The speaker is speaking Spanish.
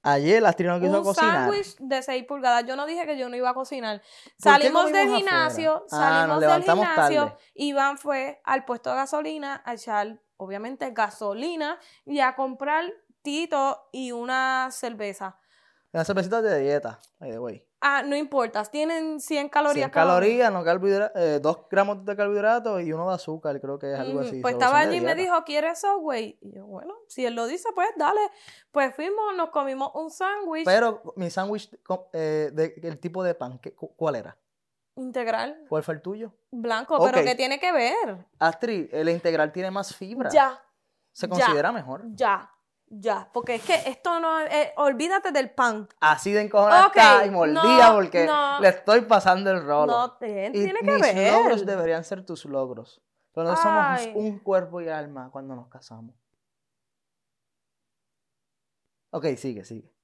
Ayer Astrid no quiso Un cocinar. sándwich de 6 pulgadas. Yo no dije que yo no iba a cocinar. ¿Por qué Salimos del comimos gimnasio, afuera? Nos levantamos tarde. Iván fue al puesto de gasolina a echar, obviamente, gasolina y a comprar tito y una cerveza. Las cervecitas de dieta, by the way. No importa, tienen 100 calorías 100 cada uno. calorías, no 2 gramos de carbohidratos y 1 de azúcar, creo que es algo así. Pues estaba allí y me dijo, ¿quieres Subway? Y yo, bueno, si él lo dice, pues dale. Pues fuimos, nos comimos un sándwich Pero mi sándwich, el tipo de pan, ¿cuál era? integral, ¿Cuál fue el tuyo? blanco, Ok. pero ¿qué tiene que ver? Astrid, el integral tiene más fibra. Ya. Se considera mejor. Ya, porque es que esto no, olvídate del pan. Así de encojonada está y mordida porque no. le estoy pasando el rolo. No tiene que mis ver. logros deberían ser tus logros. Pero no somos Ay. un cuerpo y alma cuando nos casamos. Ok, sigue.